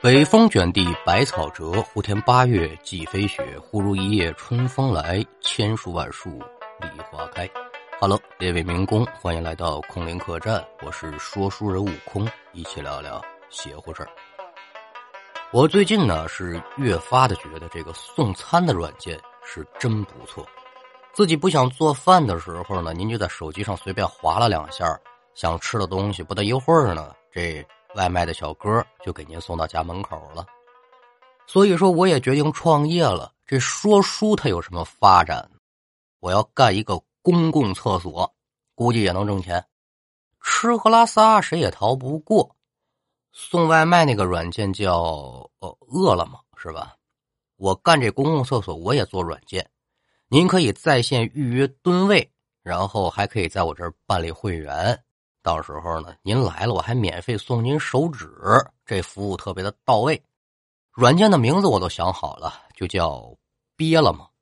北风卷地百草折，胡天八月季飞雪。忽如一夜春风来，千树万树梨花开。Hello， 列位民工，欢迎来到空灵客栈，我是说书人悟空，一起聊聊邪乎事儿。我最近呢是越发的觉得这个送餐的软件是真不错。自己不想做饭的时候呢，您就在手机上随便划了两下，想吃的东西不大一会儿呢，这外卖的小哥就给您送到家门口了。所以说我也决定创业了。这说书它有什么发展？我要干一个公共厕所，估计也能挣钱。吃喝拉撒谁也逃不过。送外卖那个软件叫饿了么是吧？我干这公共厕所我也做软件，您可以在线预约吨位，然后还可以在我这儿办理会员。到时候呢，您来了我还免费送您手纸，这服务特别的到位。软件的名字我都想好了，就叫憋了嘛。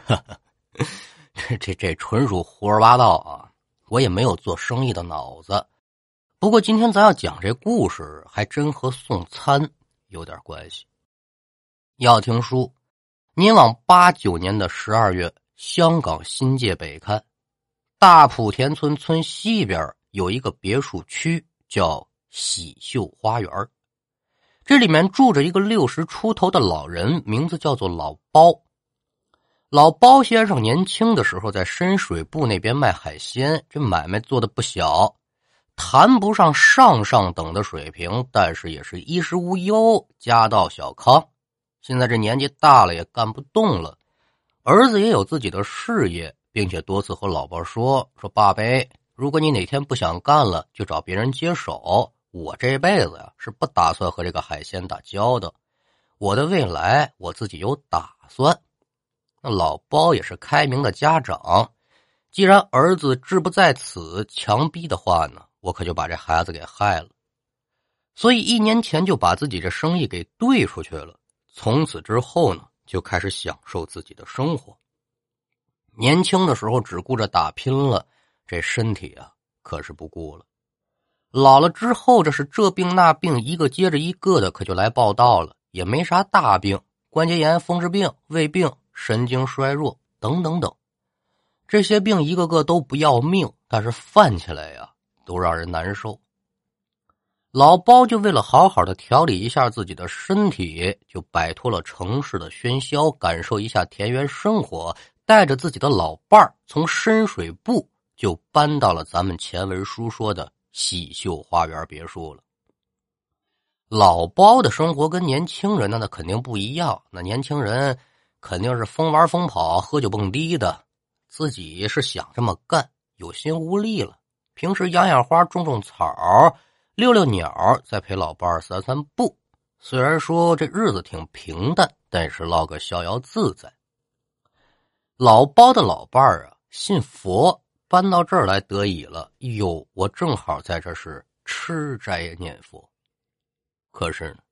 这纯属胡说八道啊！我也没有做生意的脑子。不过今天咱要讲这故事，还真和送餐有点关系。要听书，您往89年的12月，香港新界北看，大埔田村村西边有一个别墅区叫喜秀花园，这里面住着一个60出头的老人，名字叫做老包。老包先生年轻的时候在深水埗那边卖海鲜，这买卖做得不小，谈不上上等的水平，但是也是衣食无忧，家道小康。现在这年纪大了也干不动了，儿子也有自己的事业，并且多次和老包说爸呗，如果你哪天不想干了，就找别人接手。我这辈子呀是不打算和这个海鲜打交道，我的未来我自己有打算。那老包也是开明的家长，既然儿子志不在此，强逼的话呢，我可就把这孩子给害了。所以1年前就把自己这生意给兑出去了，从此之后呢，就开始享受自己的生活。年轻的时候只顾着打拼了，这身体啊可是不顾了。老了之后，这是这病那病一个接着一个的，可就来报道了，也没啥大病，关节炎、风湿病、胃病、神经衰弱等等等。这些病一个个都不要命，但是犯起来呀都让人难受。老包就为了好好的调理一下自己的身体，就摆脱了城市的喧嚣，感受一下田园生活，带着自己的老伴儿从深水埗就搬到了咱们前文书说的喜秀花园别墅了。老包的生活跟年轻人呢那肯定不一样，那年轻人肯定是疯玩疯跑喝酒蹦迪的，自己是想这么干，有心无力了，平时养养花种种草，遛遛鸟，再陪老伴儿散散步。虽然说这日子挺平淡，但是落个逍遥自在。老包的老伴儿啊信佛，搬到这儿来得以了，哟，我正好在这是吃斋念佛。可是呢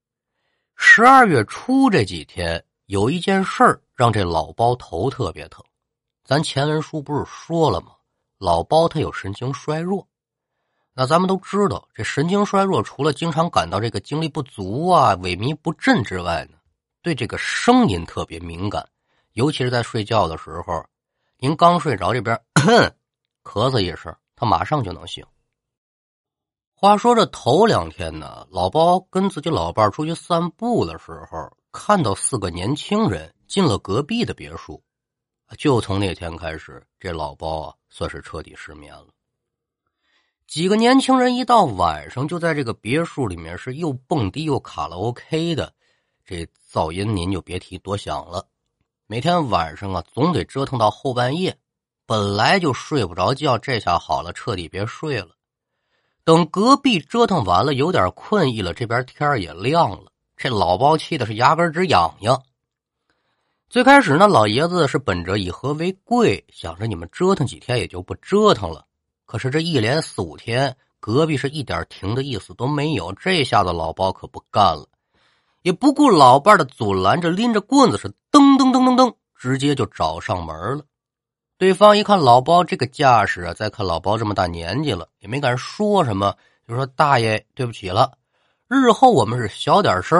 ，12月初这几天有一件事儿让这老包头特别疼。咱前文书不是说了吗？老包他有神经衰弱。那咱们都知道，这神经衰弱除了经常感到这个精力不足啊、萎靡不振之外呢，对这个声音特别敏感，尤其是在睡觉的时候，您刚睡着这边咳嗽一声，他马上就能醒。话说这头2天呢，老包跟自己老伴出去散步的时候，看到4个年轻人进了隔壁的别墅。就从那天开始，这老包啊算是彻底失眠了。几个年轻人一到晚上就在这个别墅里面是又蹦迪又卡拉 OK 的，这噪音您就别提多响了。每天晚上啊总得折腾到后半夜，本来就睡不着觉，这下好了，彻底别睡了。等隔壁折腾完了，有点困意了，这边天也亮了，这老包气的是牙根直痒痒。最开始呢，老爷子是本着以和为贵，想着你们折腾几天也就不折腾了。可是这一连4、5天，隔壁是一点停的意思都没有，这下子老包可不干了，也不顾老伴的阻拦，着拎着棍子是噔噔噔噔噔，直接就找上门了。对方一看老包这个架势啊，再看老包这么大年纪了，也没敢说什么，就说大爷对不起了，日后我们是小点声，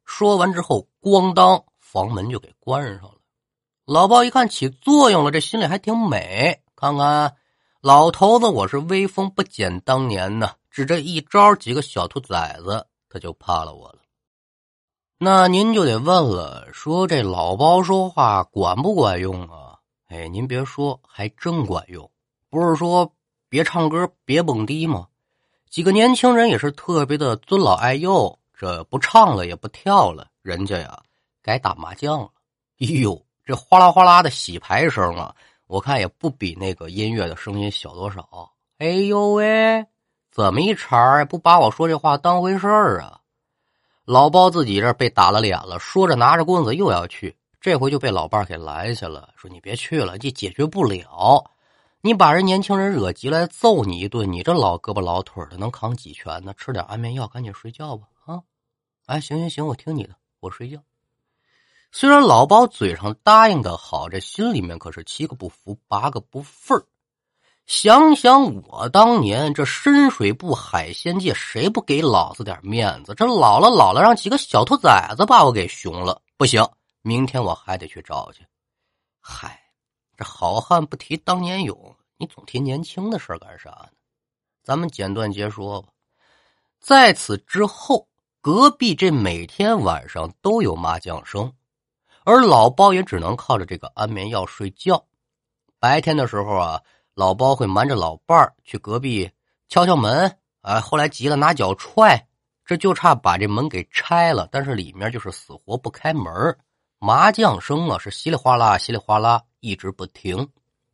说完之后，咣当，房门就给关上了。老包一看起作用了，这心里还挺美，看看老头子我是威风不减当年呢，只这一招，几个小兔崽子他就怕了我了。那您就得问了，说这老包说话管不管用啊？哎，您别说，还真管用。不是说别唱歌别蹦迪吗？几个年轻人也是特别的尊老爱幼，这不唱了也不跳了，人家呀该打麻将了。哎呦，这哗啦哗啦的洗牌声啊，我看也不比那个音乐的声音小多少。哎呦喂，怎么一茬不把我说这话当回事儿啊？老包自己这被打了脸了，说着拿着棍子又要去，这回就被老伴给拦下了，说你别去了，这解决不了。你把人年轻人惹急了揍你一顿，你这老胳膊老腿的能扛几拳呢？吃点安眠药赶紧睡觉吧啊！哎，行，我听你的，我睡觉。虽然老包嘴上答应的好，这心里面可是七个不服八个不忿儿。想想我当年这深水埗海鲜界，谁不给老子点面子？这老了让几个小兔崽子把我给熊了，不行，明天我还得去找去。嗨，这好汉不提当年勇，你总提年轻的事干啥呢？咱们简短截说吧。在此之后，隔壁这每天晚上都有麻将声，而老包也只能靠着这个安眠药睡觉。白天的时候啊，老包会瞒着老伴儿去隔壁敲敲门，后来急了拿脚踹，这就差把这门给拆了，但是里面就是死活不开门。麻将声啊是稀里哗啦稀里哗啦一直不停。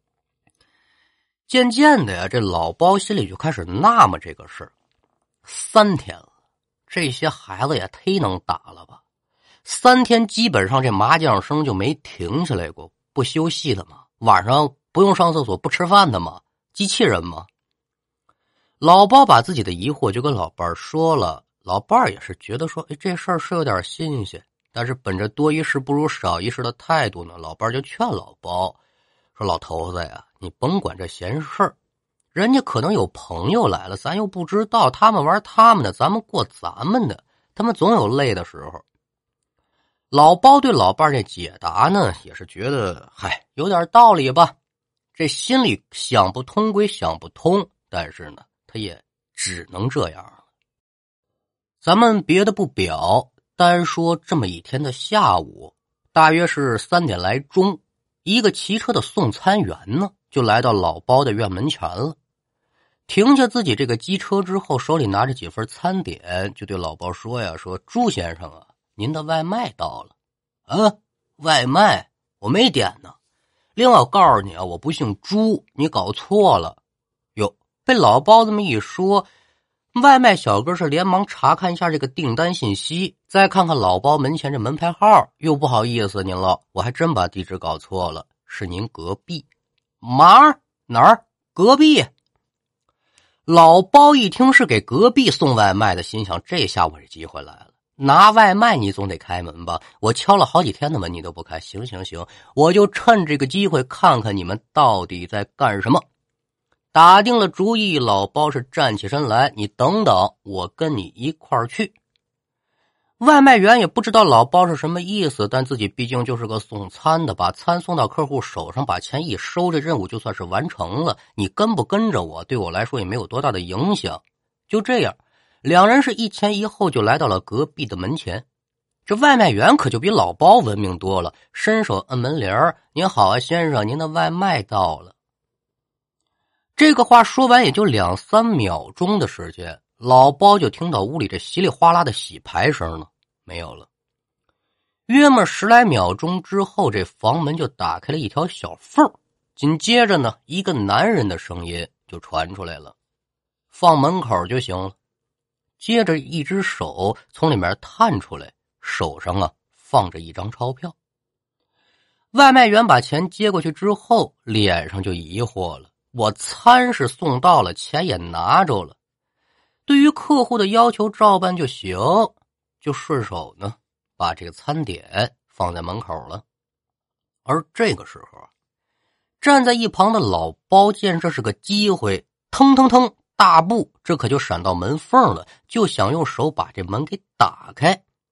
渐渐的呀，这老包心里就开始纳闷这个事儿。3天了，这些孩子也忒能打了吧？3天基本上这麻将声就没停下来过，不休息的嘛，晚上不用上厕所不吃饭的嘛，机器人嘛。老包把自己的疑惑就跟老伴儿说了，老伴儿也是觉得说，这事儿是有点新鲜，但是本着多一事不如少一事的态度呢，老伴儿就劝老包说，老头子呀，你甭管这闲事儿，人家可能有朋友来了，咱又不知道，他们玩他们的，咱们过咱们的，他们总有累的时候。老包对老伴儿这解答呢，也是觉得有点道理吧，这心里想不通归想不通，但是呢他也只能这样了。咱们别的不表，单说这么一天的下午，大约是3点来钟，一个骑车的送餐员呢就来到老包的院门前了。停下自己这个机车之后，手里拿着几份餐点，就对老包说呀，说朱先生啊，您的外卖到了。外卖我没点呢。另外我告诉你啊，我不姓朱，你搞错了。哟，被老包这么一说，外卖小哥是连忙查看一下这个订单信息，再看看老包门前这门牌号，又不好意思您了，我还真把地址搞错了，是您隔壁。哪儿？隔壁？老包一听是给隔壁送外卖的，心想这下我这机会来了，拿外卖你总得开门吧，我敲了好几天的门你都不开，行，我就趁这个机会看看你们到底在干什么。打定了主意，老包是站起身来，你等等，我跟你一块儿去。外卖员也不知道老包是什么意思，但自己毕竟就是个送餐的，把餐送到客户手上，把钱一收，这任务就算是完成了，你跟不跟着我对我来说也没有多大的影响。就这样，两人是一前一后就来到了隔壁的门前。这外卖员可就比老包文明多了，伸手摁门铃，您好啊先生，您的外卖到了。这个话说完也就2-3秒钟的时间，老包就听到屋里这稀里哗啦的洗牌声了，没有了。约莫10来秒钟之后，这房门就打开了一条小缝，紧接着呢，一个男人的声音就传出来了，放门口就行了。接着一只手从里面探出来，手上啊放着一张钞票。外卖员把钱接过去之后，脸上就疑惑了，我餐是送到了，钱也拿着了，对于客户的要求照办就行，就顺手呢把这个餐点放在门口了。而这个时候，站在一旁的老包见这是个机会，腾大步，这可就闪到门缝了，就想用手把这门给打开。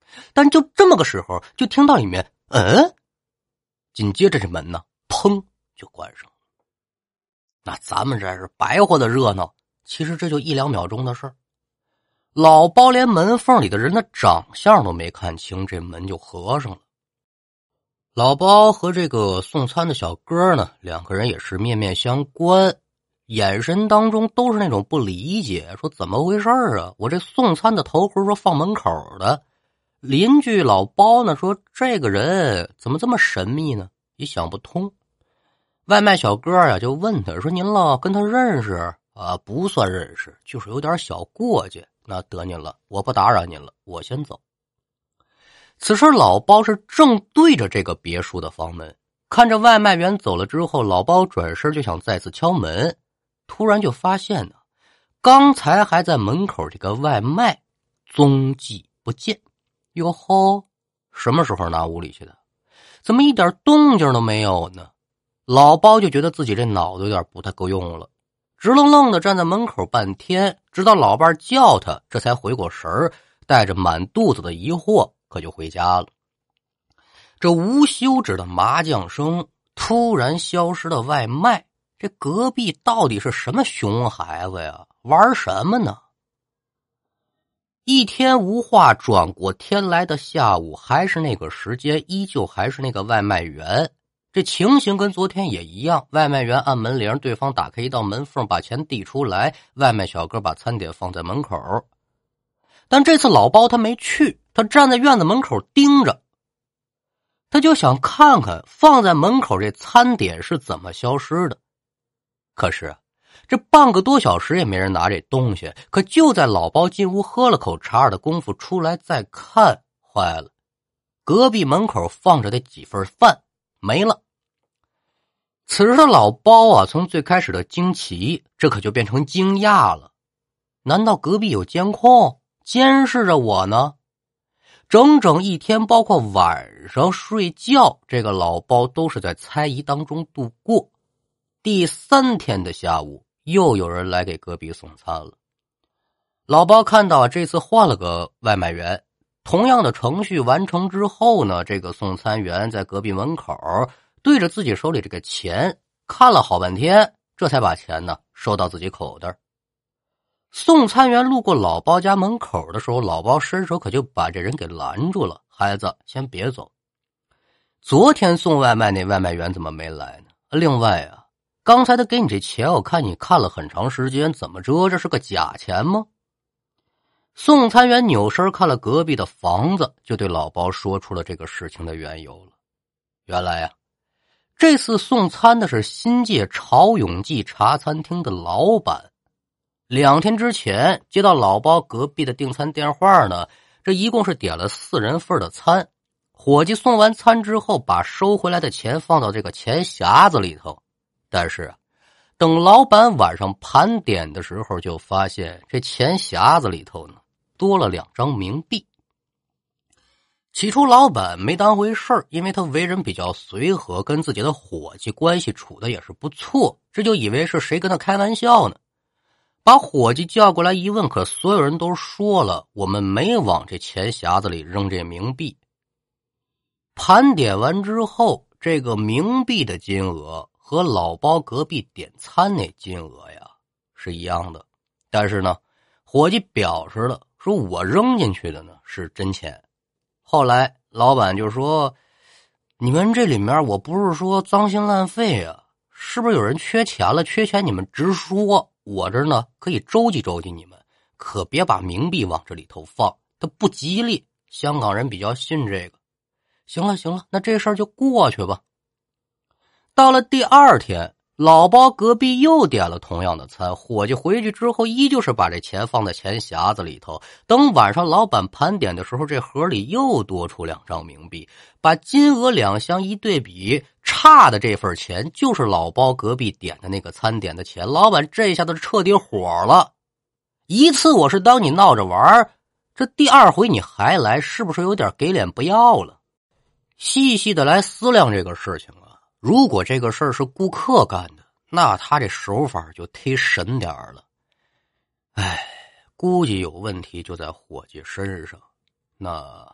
但就这么个时候，就听到里面紧接着这门呢砰就关上了。那咱们这是白活的热闹，其实这就1-2秒钟的事儿。老包连门缝里的人的长相都没看清，这门就合上了。老包和这个送餐的小哥呢，两个人也是面面相关，眼神当中都是那种不理解，说怎么回事啊？我这送餐的头回说放门口的，邻居老包呢说这个人怎么这么神秘呢？也想不通。外卖小哥啊就问他说：“您老跟他认识啊？不算认识，就是有点小过节。那得您了，我不打扰您了，我先走。”此时老包是正对着这个别墅的房门，看着外卖员走了之后，老包转身就想再次敲门，突然就发现呢，刚才还在门口这个外卖踪迹不见。哟吼，什么时候拿屋里去的？怎么一点动静都没有呢？老包就觉得自己这脑子有点不太够用了，直愣愣的站在门口半天，直到老伴叫他，这才回过神儿，带着满肚子的疑惑可就回家了。这无休止的麻将声，突然消失的外卖，这隔壁到底是什么熊孩子呀？玩什么呢？一天无话转过天来的下午，还是那个时间，依旧还是那个外卖员。这情形跟昨天也一样，外卖员按门铃，对方打开一道门缝，把钱递出来，外卖小哥把餐点放在门口。但这次老包他没去，他站在院子门口盯着，他就想看看放在门口这餐点是怎么消失的。可是这半个多小时也没人拿这东西，可就在老包进屋喝了口茶的功夫出来再看，坏了，隔壁门口放着的几份饭没了。此时的老包啊，从最开始的惊奇，这可就变成惊讶了。难道隔壁有监控监视着我呢？整整一天，包括晚上睡觉，这个老包都是在猜疑当中度过。第3天的下午，又有人来给隔壁送餐了。老包看到这次换了个外卖员，同样的程序完成之后呢，这个送餐员在隔壁门口对着自己手里这个钱看了好半天，这才把钱呢收到自己口袋。送餐员路过老包家门口的时候，老包伸手可就把这人给拦住了：“孩子，先别走。昨天送外卖那外卖员怎么没来呢？另外啊，刚才他给你这钱，我看你看了很长时间，怎么着？这是个假钱吗？”送餐员扭身看了隔壁的房子，就对老包说出了这个事情的缘由了。原来呀，这次送餐的是新界潮涌记茶餐厅的老板。2天之前接到老包隔壁的订餐电话呢，这一共是点了4人份的餐。伙计送完餐之后，把收回来的钱放到这个钱匣子里头。但是等老板晚上盘点的时候，就发现这钱匣子里头呢多了2张冥币。起初老板没当回事儿，因为他为人比较随和，跟自己的伙计关系处的也是不错，这就以为是谁跟他开玩笑呢。把伙计叫过来一问，可所有人都说了，我们没往这钱匣子里扔这冥币。盘点完之后，这个冥币的金额和老包隔壁点餐那金额呀是一样的，但是呢，伙计表示了，说我扔进去的呢是真钱。后来老板就说，你们这里面我不是说脏心烂肺啊，是不是有人缺钱了？缺钱你们直说，我这呢可以周济周济你们，可别把冥币往这里头放，它不吉利。香港人比较信这个。行了，那这事儿就过去吧。到了第2天，老包隔壁又点了同样的餐，伙计回去之后依旧是把这钱放在钱匣子里头。等晚上老板盘点的时候，这盒里又多出2张冥币，把金额2项一对比，差的这份钱就是老包隔壁点的那个餐点的钱。老板这下子彻底火了，一次我是当你闹着玩，这第2回你还来，是不是有点给脸不要了？细细的来思量这个事情啊，如果这个事儿是顾客干的，那他这手法就忒神点了。估计有问题就在伙计身上。那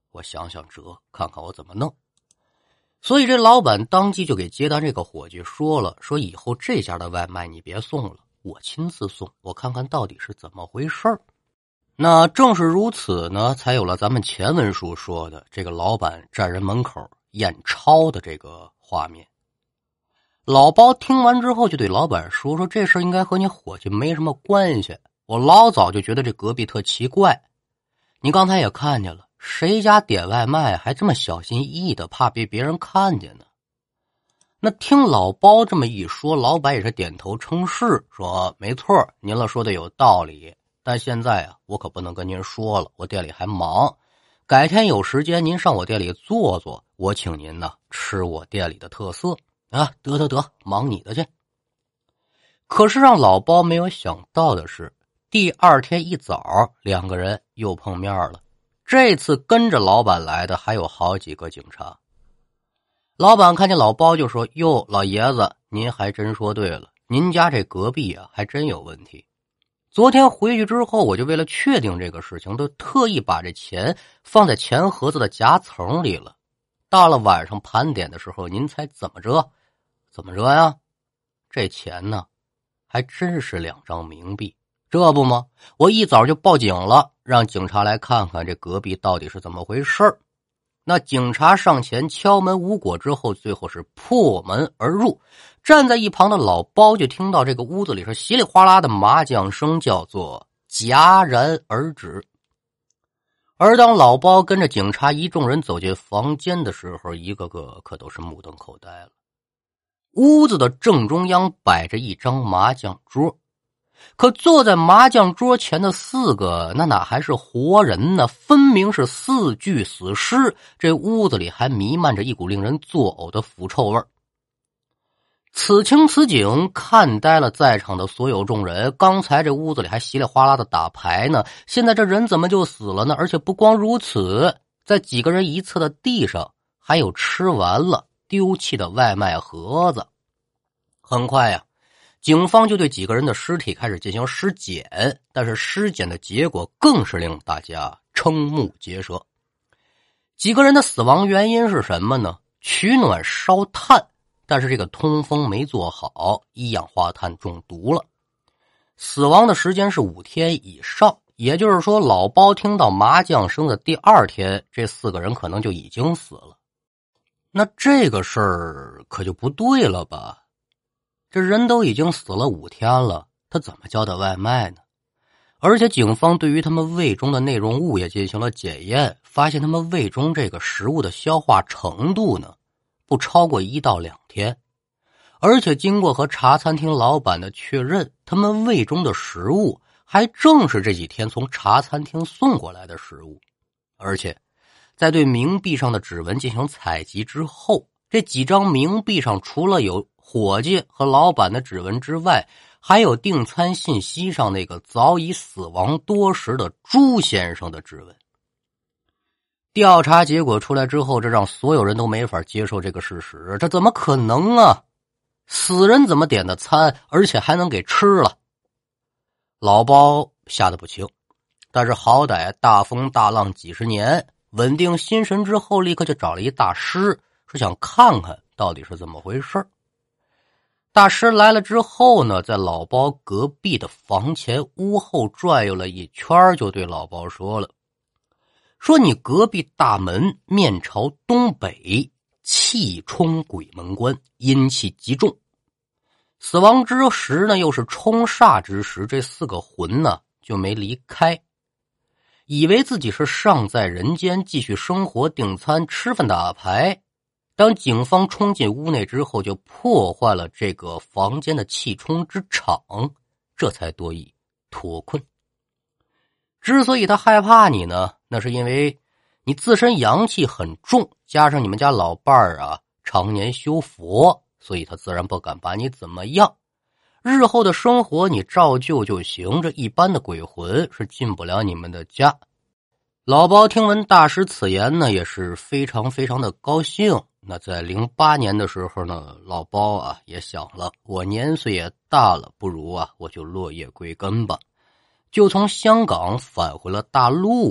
我想想辙，看看我怎么弄。所以这老板当即就给接单这个伙计说了，说以后这家的外卖你别送了，我亲自送，我看看到底是怎么回事儿。那正是如此呢，才有了咱们前文书说的这个老板站人门口验钞的这个画面。老包听完之后就对老板说，这事应该和你伙计没什么关系，我老早就觉得这隔壁特奇怪，你刚才也看见了，谁家点外卖还这么小心翼翼的，怕被别人看见呢？那听老包这么一说，老板也是点头称是，说没错，您了说的有道理，但现在啊，我可不能跟您说了，我店里还忙，改天有时间您上我店里坐坐，我请您呢吃我店里的特色啊。得，忙你的去。可是让老包没有想到的是，第二天一早两个人又碰面了，这次跟着老板来的还有好几个警察。老板看见老包就说，哟，老爷子您还真说对了，您家这隔壁啊还真有问题，昨天回去之后我就为了确定这个事情，都特意把这钱放在钱盒子的夹层里了，到了晚上盘点的时候，您猜怎么着呀？这钱呢还真是2张冥币，这不吗？我一早就报警了，让警察来看看这隔壁到底是怎么回事儿。那警察上前敲门无果之后，最后是破门而入，站在一旁的老包就听到这个屋子里是稀里哗啦的麻将声，叫做戛然而止。而当老包跟着警察一众人走进房间的时候，一个个可都是目瞪口呆了。屋子的正中央摆着一张麻将桌，可坐在麻将桌前的4个那哪还是活人呢，分明是4具死尸，这屋子里还弥漫着一股令人作呕的腐臭味。此情此景看呆了在场的所有众人，刚才这屋子里还稀里哗啦的打牌呢，现在这人怎么就死了呢？而且不光如此，在几个人一侧的地上还有吃完了丢弃的外卖盒子。很快呀，警方就对几个人的尸体开始进行尸检，但是尸检的结果更是令大家瞠目结舌。几个人的死亡原因是什么呢？取暖烧炭，但是这个通风没做好，一氧化碳中毒了。死亡的时间是5天以上，也就是说老包听到麻将声的第2天，这4个人可能就已经死了。那这个事儿可就不对了吧？这人都已经死了5天了，他怎么叫的外卖呢？而且警方对于他们胃中的内容物也进行了检验，发现他们胃中这个食物的消化程度呢，不超过1到2天。而且经过和茶餐厅老板的确认，他们胃中的食物还正是这几天从茶餐厅送过来的食物。而且在对冥币上的指纹进行采集之后，这几张冥币上除了有伙计和老板的指纹之外，还有订餐信息上那个早已死亡多时的朱先生的指纹。调查结果出来之后，这让所有人都没法接受这个事实，这怎么可能啊？死人怎么点的餐，而且还能给吃了？老包吓得不轻，但是好歹大风大浪几十年，稳定心神之后，立刻就找了一大师，说想看看到底是怎么回事。大师来了之后呢，在老包隔壁的房前屋后转悠了一圈，就对老包说了，说你隔壁大门面朝东北，气冲鬼门关，阴气极重，死亡之时呢又是冲煞之时，这4个魂呢就没离开，以为自己是尚在人间继续生活订餐吃饭打牌。当警方冲进屋内之后，就破坏了这个房间的气冲之场，这才得以脱困。之所以他害怕你呢，那是因为你自身阳气很重，加上你们家老伴儿啊常年修佛，所以他自然不敢把你怎么样。日后的生活你照旧就行，这一般的鬼魂是进不了你们的家。老包听闻大师此言呢，也是非常非常的高兴。那在08年的时候呢，老包啊也想了，我年岁也大了，不如啊我就落叶归根吧，就从香港返回了大陆，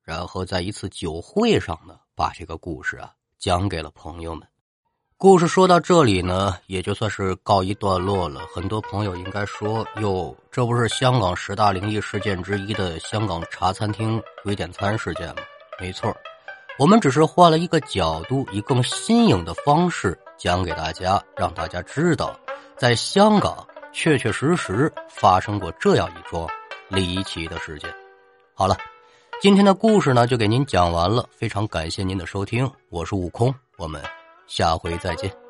然后在一次酒会上呢，把这个故事讲给了朋友们。故事说到这里呢，也就算是告一段落了。很多朋友应该说，哟，这不是香港10大灵异事件之一的香港茶餐厅鬼点餐事件吗？没错，我们只是换了一个角度，以更新颖的方式讲给大家，让大家知道在香港确确实实发生过这样一桩离奇的事件。好了，今天的故事呢就给您讲完了，非常感谢您的收听，我是悟空，我们下回再见。